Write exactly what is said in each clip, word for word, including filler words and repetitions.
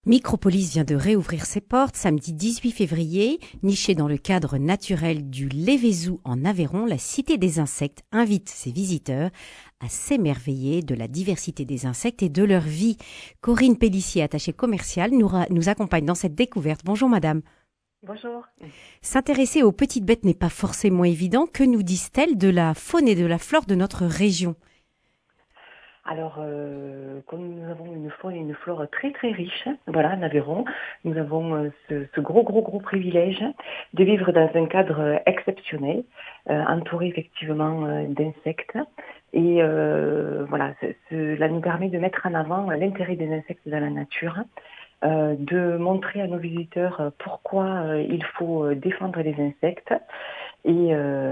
Micropolis vient de réouvrir ses portes samedi dix-huit février. Nichée dans le cadre naturel du Lévézou en Aveyron, la Cité des insectes invite ses visiteurs à s'émerveiller de la diversité des insectes et de leur vie. Corinne Pellissier, attachée commerciale, nous, ra- nous accompagne dans cette découverte. Bonjour madame. Bonjour. S'intéresser aux petites bêtes n'est pas forcément évident. Que nous disent-elles de la faune et de la flore de notre région ? Alors, euh, comme nous avons une faune et une flore très très riche, voilà, en Aveyron, nous avons euh, ce, ce gros gros gros privilège de vivre dans un cadre exceptionnel, euh, entouré effectivement euh, d'insectes. Et euh, voilà, ce, cela nous permet de mettre en avant l'intérêt des insectes dans la nature, euh, de montrer à nos visiteurs pourquoi euh, il faut défendre les insectes et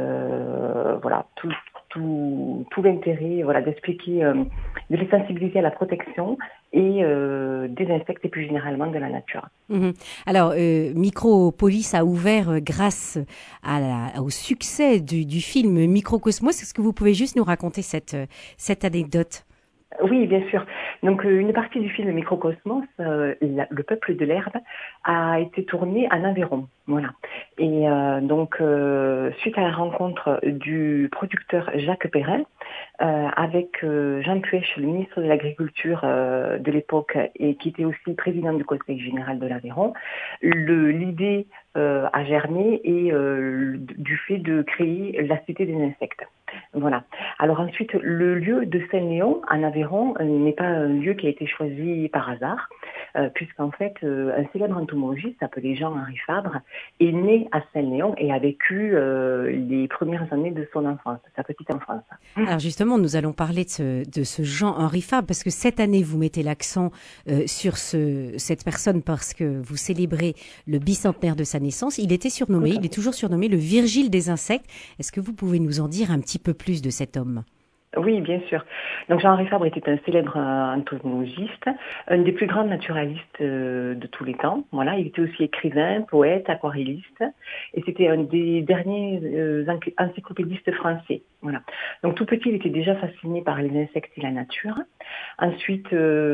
euh, voilà, tout, tout, tout l'intérêt, voilà, d'expliquer, euh, de les sensibiliser à la protection et euh, des insectes et plus généralement de la nature. Mmh. Alors, euh, Micropolis a ouvert euh, grâce à la, au succès du, du film Microcosmos. Est-ce que vous pouvez juste nous raconter cette, cette anecdote ? Oui, bien sûr. Donc, euh, une partie du film Microcosmos, euh, la, le peuple de l'herbe, a été tournée en Aveyron. Voilà. Et euh, donc, euh, suite à la rencontre du producteur Jacques Perrin, euh, avec euh, Jean Puech, le ministre de l'Agriculture euh, de l'époque et qui était aussi président du Conseil général de l'Aveyron, le, l'idée euh, a germé et euh, du fait de créer la Cité des insectes. Voilà. Alors ensuite, le lieu de Saint-Léon en Aveyron euh, n'est pas un lieu qui a été choisi par hasard, euh, puisqu'en fait, euh, un célèbre entomologiste appelé Jean-Henri Fabre est né à Saint-Léon et a vécu euh, les premières années de son enfance, sa petite enfance. Alors justement, nous allons parler de ce, de ce Jean-Henri Fabre, parce que cette année, vous mettez l'accent euh, sur ce, cette personne parce que vous célébrez le bicentenaire de sa naissance. Il était surnommé, il est toujours surnommé le Virgile des insectes. Est-ce que vous pouvez nous en dire un petit peu plus de cet homme ? Oui, bien sûr. Donc Jean-Henri Fabre était un célèbre euh, entomologiste, un des plus grands naturalistes euh, de tous les temps. Voilà, il était aussi écrivain, poète, aquarelliste, et c'était un des derniers euh, encyclopédistes français. Voilà. Donc tout petit, il était déjà fasciné par les insectes et la nature. Ensuite,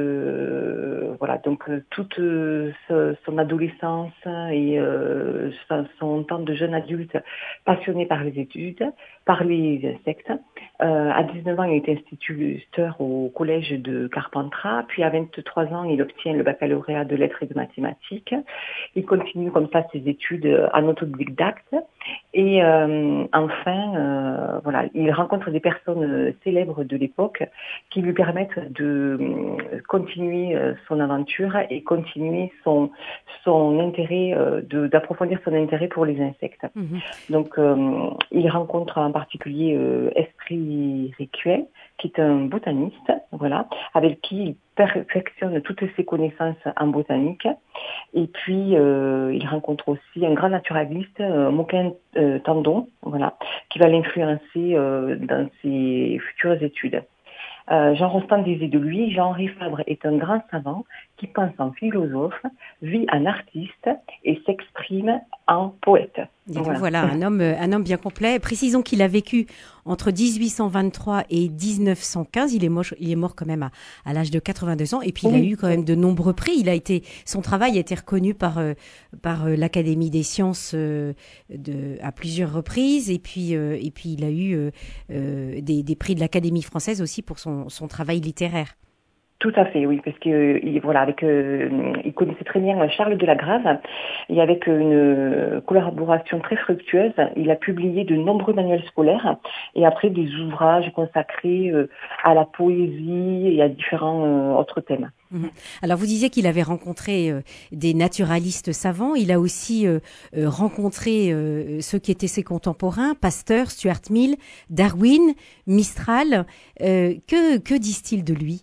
euh, voilà, donc euh, toute euh, son adolescence et euh, son temps de jeune adulte passionné par les études, par les insectes. Euh, à dix-neuf ans, il est instituteur au collège de Carpentras, puis à vingt-trois ans, il obtient le baccalauréat de lettres et de mathématiques. Il continue comme ça ses études en autodidacte et euh, enfin, euh, voilà, il rencontre des personnes célèbres de l'époque qui lui permettent de continuer son aventure et continuer son son intérêt, euh, de, d'approfondir son intérêt pour les insectes. Mmh. Donc, euh, il rencontre en particulier euh, Esprit Riquet, qui est un botaniste, voilà, avec qui il perfectionne toutes ses connaissances en botanique. Et puis, euh, il rencontre aussi un grand naturaliste, euh, Moquin euh, Tandon, voilà, qui va l'influencer euh, dans ses futures études. Euh, Jean Rostand disait de lui, Jean-Henri Fabre est un grand savant qui pense en philosophe, vit en artiste et s'exprime en poète. Donc voilà, voilà un, homme, un homme bien complet. Précisons qu'il a vécu entre dix-huit cent vingt-trois et dix-neuf cent quinze. Il est mort, il est mort quand même à, à l'âge de quatre-vingt-deux ans. Et puis il oui. a eu quand même de nombreux prix. Il a été, son travail a été reconnu par, euh, par euh, l'Académie des sciences euh, de, à plusieurs reprises. Et puis, euh, et puis il a eu euh, euh, des, des prix de l'Académie française aussi pour son, son travail littéraire. Tout à fait, oui, parce que euh, voilà, avec euh, il connaissait très bien Charles de la Grave et avec une collaboration très fructueuse, il a publié de nombreux manuels scolaires et après des ouvrages consacrés euh, à la poésie et à différents euh, autres thèmes. Mmh. Alors vous disiez qu'il avait rencontré euh, des naturalistes savants, il a aussi euh, euh, rencontré euh, ceux qui étaient ses contemporains, Pasteur, Stuart Mill, Darwin, Mistral. Euh, que, que disent-ils de lui ?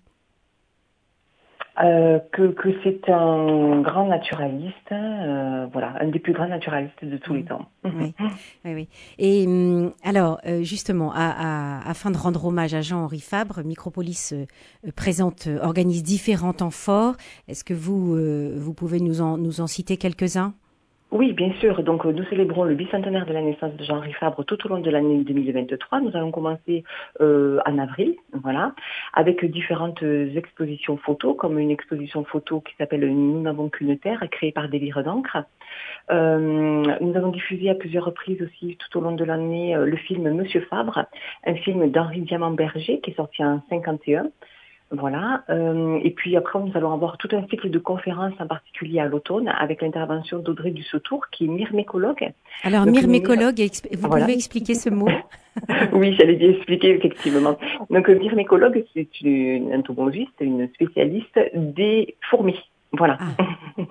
Euh, que, que c'est un grand naturaliste, euh, voilà, un des plus grands naturalistes de tous mmh. les temps. Oui, oui, oui. Et hum, alors, euh, justement, à, à, afin de rendre hommage à Jean-Henri Fabre, Micropolis euh, présente, euh, organise différents temps forts. Est-ce que vous, euh, vous pouvez nous en, nous en citer quelques-uns ? Oui, bien sûr. Donc, euh, nous célébrons le bicentenaire de la naissance de Jean-Henri Fabre tout au long de l'année deux mille vingt-trois. Nous allons commencer euh, en avril, voilà, avec différentes euh, expositions photos, comme une exposition photo qui s'appelle Nous n'avons qu'une terre, créée par Délire d'encre. Euh, nous avons diffusé à plusieurs reprises aussi tout au long de l'année euh, le film Monsieur Fabre, un film d'Henri Diamant-Berger qui est sorti en cinquante et un. Voilà. Euh, et puis après, nous allons avoir tout un cycle de conférences, en particulier à l'automne, avec l'intervention d'Audrey Dussautour, qui est myrmécologue. Alors, Donc une myr... myrmécologue, exp- vous voilà. pouvez expliquer ce mot? Oui, j'allais bien expliquer effectivement. Donc myrmécologue, c'est une entomologiste, une spécialiste des fourmis. Voilà. Ah.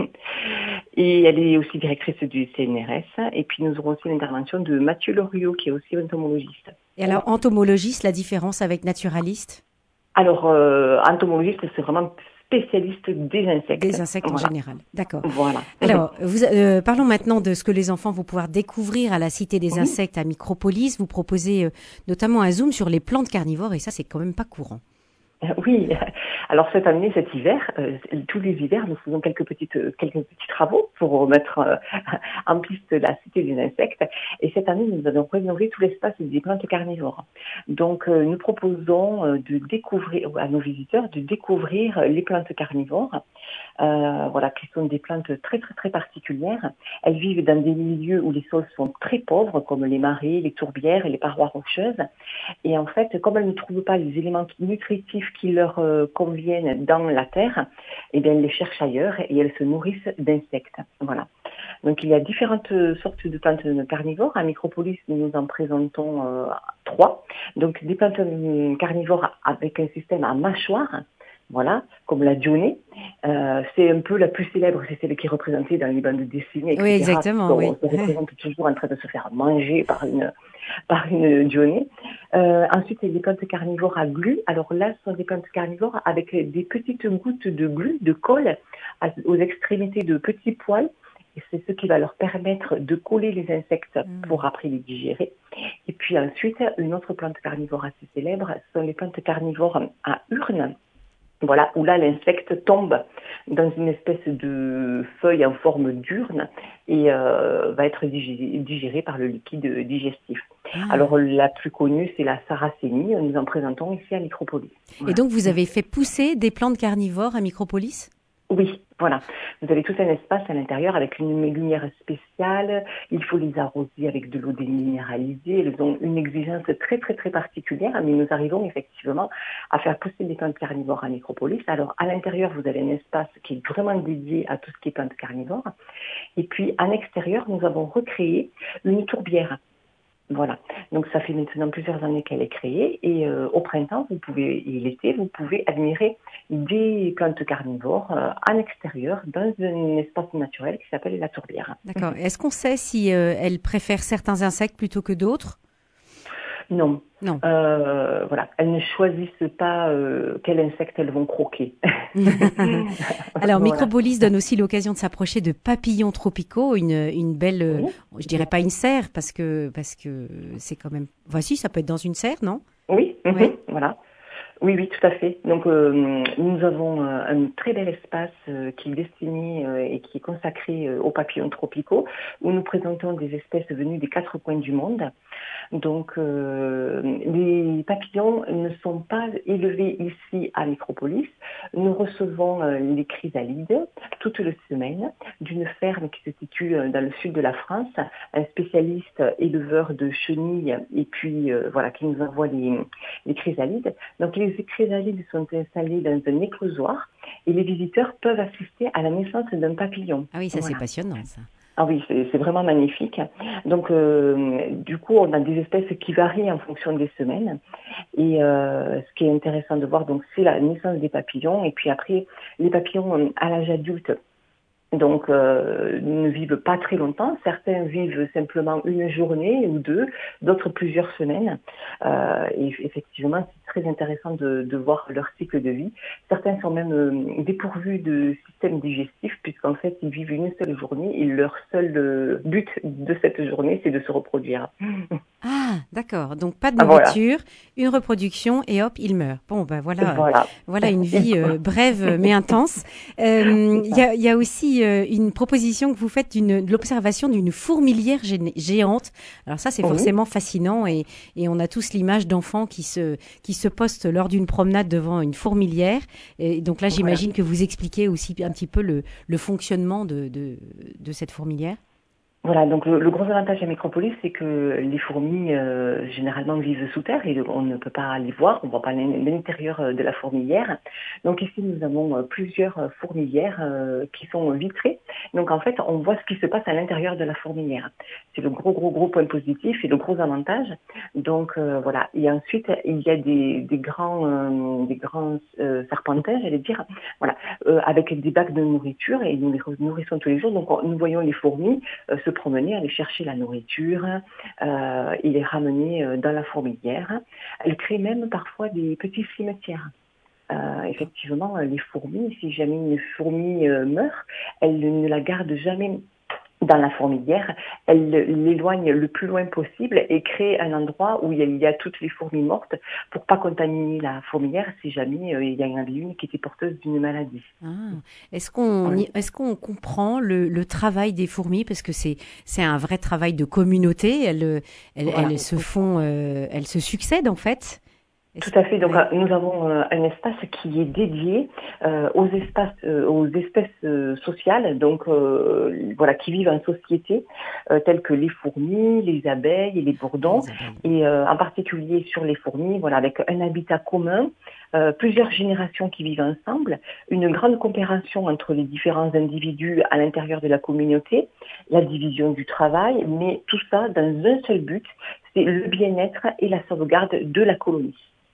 Et elle est aussi directrice du C N R S. Et puis nous aurons aussi l'intervention de Mathieu Loriot, qui est aussi entomologiste. Et alors, entomologiste, la différence avec naturaliste? Alors, euh, entomologiste, c'est vraiment spécialiste des insectes. Des insectes en voilà. général, d'accord. Voilà. Alors, vous, euh, parlons maintenant de ce que les enfants vont pouvoir découvrir à la Cité des Oui. Insectes à Micropolis. Vous proposez euh, notamment un zoom sur les plantes carnivores et ça, c'est quand même pas courant. Oui, alors cette année, cet hiver, euh, tous les hivers, nous faisons quelques petites, quelques petits travaux pour remettre euh, en piste la cité des insectes. Et cette année, nous avons rénové tout l'espace des plantes carnivores. Donc, euh, nous proposons euh, de découvrir à nos visiteurs de découvrir les plantes carnivores. Euh, voilà, qui sont des plantes très très très particulières. Elles vivent dans des milieux où les sols sont très pauvres, comme les marais, les tourbières et les parois rocheuses. Et en fait, comme elles ne trouvent pas les éléments nutritifs qui leur euh, conviennent dans la terre, eh bien, elles les cherchent ailleurs et elles se nourrissent d'insectes. Voilà. Donc, il y a différentes sortes de plantes carnivores. À Micropolis, nous en présentons euh, trois. Donc, des plantes carnivores avec un système à mâchoire. Voilà, comme la dionée. Euh, c'est un peu la plus célèbre, c'est celle qui est représentée dans les bandes dessinées, et cetera. Oui, exactement, oui. On se représente toujours en train de se faire manger par une, par une dionée. Euh, ensuite, il y a des plantes carnivores à glu. Alors là, ce sont des plantes carnivores avec des petites gouttes de glu, de colle, à, aux extrémités de petits poils. Et c'est ce qui va leur permettre de coller les insectes mmh. pour après les digérer. Et puis ensuite, une autre plante carnivore assez célèbre, ce sont les plantes carnivores à urne. Voilà, où là l'insecte tombe dans une espèce de feuille en forme d'urne et euh, va être digéré, digéré par le liquide digestif. Ah. Alors la plus connue, c'est la sarracénie. Nous en présentons ici à Micropolis. Voilà. Et donc vous avez fait pousser des plantes carnivores à Micropolis ? Oui, voilà. Vous avez tout un espace à l'intérieur avec une lumière spéciale. Il faut les arroser avec de l'eau déminéralisée. Elles ont une exigence très, très, très particulière, mais nous arrivons effectivement à faire pousser des plantes carnivores à Micropolis. Alors, à l'intérieur, vous avez un espace qui est vraiment dédié à tout ce qui est plantes carnivores. Et puis, en extérieur, nous avons recréé une tourbière. Voilà. Donc ça fait maintenant plusieurs années qu'elle est créée et euh, au printemps, vous pouvez et l'été, vous pouvez admirer des plantes carnivores euh, en extérieur dans un espace naturel qui s'appelle la tourbière. D'accord. Est-ce qu'on sait si euh, elles préfèrent certains insectes plutôt que d'autres ? Non. Non. Euh, voilà. Elles ne choisissent pas euh, quel insecte elles vont croquer. Alors, voilà. Micropolis donne aussi l'occasion de s'approcher de papillons tropicaux, une, une belle, oui. Je dirais pas une serre parce que parce que c'est quand même. Voici, ça peut être dans une serre, non ? Oui. Oui. Voilà. Oui, oui, tout à fait. Donc, euh, nous avons euh, un très bel espace euh, qui est destiné euh, et qui est consacré euh, aux papillons tropicaux, où nous présentons des espèces venues des quatre coins du monde. Donc, euh, les papillons ne sont pas élevés ici à Micropolis. Nous recevons euh, les chrysalides toutes les semaines d'une ferme qui se situe euh, dans le sud de la France, un spécialiste éleveur de chenilles et puis euh, voilà qui nous envoie les, les chrysalides. Donc, les Les chrysalides sont installés dans un éclosoir et les visiteurs peuvent assister à la naissance d'un papillon. Ah oui, ça voilà. C'est passionnant ça. Ah oui, c'est, c'est vraiment magnifique. Donc euh, du coup, on a des espèces qui varient en fonction des semaines. Et euh, ce qui est intéressant de voir, donc, c'est la naissance des papillons. Et puis après, les papillons à l'âge adulte, donc euh, ne vivent pas très longtemps. Certains vivent simplement une journée ou deux, d'autres plusieurs semaines. Euh, et effectivement, c'est très intéressant de, de voir leur cycle de vie. Certains sont même euh, dépourvus de système digestif puisqu'en fait, ils vivent une seule journée et leur seul euh, but de cette journée, c'est de se reproduire. Ah, d'accord. Donc pas de Ah, voilà, nourriture, une reproduction et hop, il meurt. Bon, ben voilà, euh, voilà. voilà une Et vie euh, brève euh, mais intense. Euh, c'est Il y ça. a, il y a aussi euh, une proposition que vous faites d'une, de l'observation d'une fourmilière gé- géante. Alors ça, c'est Oui, forcément fascinant et, et on a tous l'image d'enfants qui se, qui se postent lors d'une promenade devant une fourmilière. Et donc là, voilà. j'imagine que vous expliquez aussi un petit peu le, le fonctionnement de, de, de cette fourmilière. Voilà, donc le, le gros avantage à Micropolis, c'est que les fourmis euh, généralement vivent sous terre et on ne peut pas les voir, on ne voit pas l'intérieur euh, de la fourmilière. Donc ici, nous avons euh, plusieurs euh, fourmilières euh, qui sont vitrées. Donc en fait, on voit ce qui se passe à l'intérieur de la fourmilière. C'est le gros, gros, gros point positif et le gros avantage. Donc euh, voilà. Et ensuite, il y a des, des grands, euh, des grands euh, serpentins, j'allais dire, voilà, euh, avec des bacs de nourriture et nous les nourrissons tous les jours. Donc on- nous voyons les fourmis euh, se promener, aller chercher la nourriture euh, et les ramener euh, dans la fourmilière. Elle crée même parfois des petits cimetières. Euh, effectivement, les fourmis, si jamais une fourmi euh, meurt, elle ne la garde jamais dans la fourmilière, elle l'éloigne le plus loin possible et crée un endroit où il y a, il y a toutes les fourmis mortes pour pas contaminer la fourmilière si jamais euh, il y en avait une qui était porteuse d'une maladie. Ah. Est-ce qu'on Voilà. y- est-ce qu'on comprend le, le travail des fourmis parce que c'est c'est un vrai travail de communauté. Elles euh, elles, Voilà. elles se font euh, elles se succèdent en fait. Tout Est-ce- à fait. Donc, ouais. euh, nous avons euh, un espace qui est dédié euh, aux espaces, euh, aux espèces euh, sociales, donc euh, voilà, qui vivent en société, euh, telles que les fourmis, les abeilles et les Ah, bourdons, les abeilles. et euh, en particulier sur les fourmis, voilà, avec un habitat commun, euh, plusieurs générations qui vivent ensemble, une grande coopération entre les différents individus à l'intérieur de la communauté, la division du travail, mais tout ça dans un seul but, c'est le bien-être et la sauvegarde de la colonie.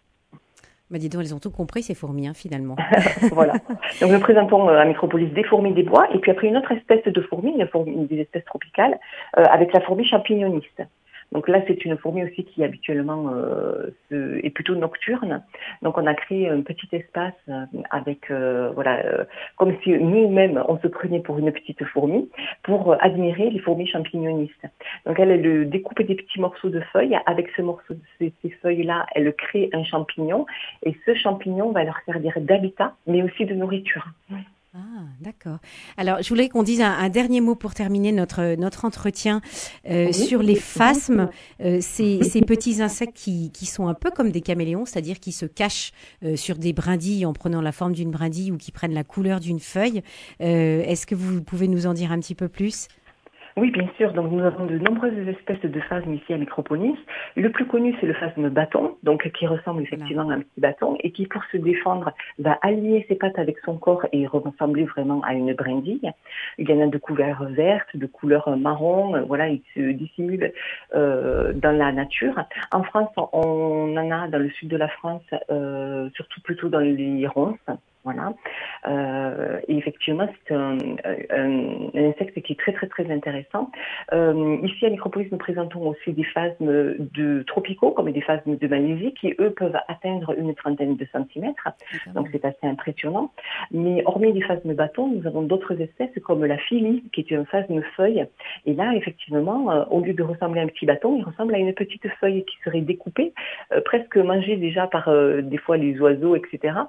Bah dis donc, elles ont tout compris ces fourmis hein, finalement. Voilà. Donc nous présentons euh, à Micropolis des fourmis des bois et puis après une autre espèce de fourmi, une fourmi une des espèces tropicales, euh, avec la fourmi champignoniste. Donc là, c'est une fourmi aussi qui habituellement euh, se- est plutôt nocturne. Donc on a créé un petit espace euh, avec, euh, voilà, euh, comme si nous-mêmes on se prenait pour une petite fourmi pour euh, admirer les fourmis champignonistes. Donc elle, elle euh, découpe des petits morceaux de feuilles. Avec ce morceau, ces, ces feuilles-là, elle crée un champignon et ce champignon va leur servir d'habitat, mais aussi de nourriture. Ah, d'accord. Alors, je voulais qu'on dise un, un dernier mot pour terminer notre, notre entretien euh, Oui, sur les phasmes, euh, ces, ces petits insectes qui, qui sont un peu comme des caméléons, c'est-à-dire qui se cachent euh, sur des brindilles en prenant la forme d'une brindille ou qui prennent la couleur d'une feuille. Euh, est-ce que vous pouvez nous en dire un petit peu plus? oui, bien sûr. Donc, nous avons de nombreuses espèces de phasmes ici à Micropolis. Le plus connu, c'est le phasme bâton, donc qui ressemble Voilà. effectivement à un petit bâton et qui, pour se défendre, va aligner ses pattes avec son corps et ressembler vraiment à une brindille. Il y en a de couleur verte, de couleur marron. Voilà, il se dissimule euh, dans la nature. En France, on en a dans le sud de la France, euh, surtout plutôt dans les ronces. Voilà. Euh, et effectivement, c'est un, un, un insecte qui est très très très intéressant. Euh, ici à Micropolis, nous présentons aussi des phasmes de tropicaux, comme des phasmes de Malaisie, qui eux peuvent atteindre une trentaine de centimètres. Donc c'est assez impressionnant. Mais hormis les phasmes bâtons, nous avons d'autres espèces comme la filie, qui est un phasme feuille. Et là, effectivement, euh, au lieu de ressembler à un petit bâton, il ressemble à une petite feuille qui serait découpée, euh, presque mangée déjà par euh, des fois les oiseaux, et cetera.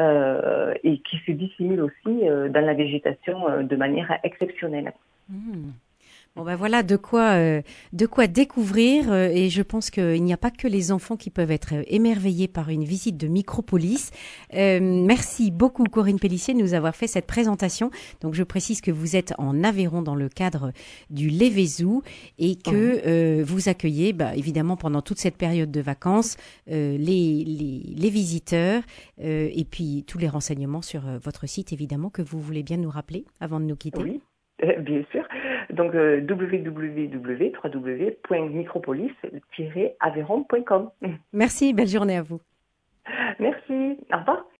Euh, et qui se dissimule aussi euh, dans la végétation euh, de manière exceptionnelle. Mmh. Bon ben voilà de quoi euh, de quoi découvrir euh, et je pense qu'il n'y a pas que les enfants qui peuvent être euh, émerveillés par une visite de Micropolis. Euh, merci beaucoup Corinne Pellissier de nous avoir fait cette présentation. Donc je précise que vous êtes en Aveyron dans le cadre du Lévézou et que Mhm. euh, vous accueillez bah, évidemment pendant toute cette période de vacances euh, les, les, les visiteurs euh, et puis tous les renseignements sur euh, votre site évidemment que vous voulez bien nous rappeler avant de nous quitter. Oui, euh, bien sûr. Donc euh, w w w point micropolis tiret aveyron point com. Merci, belle journée à vous. Merci. Au revoir.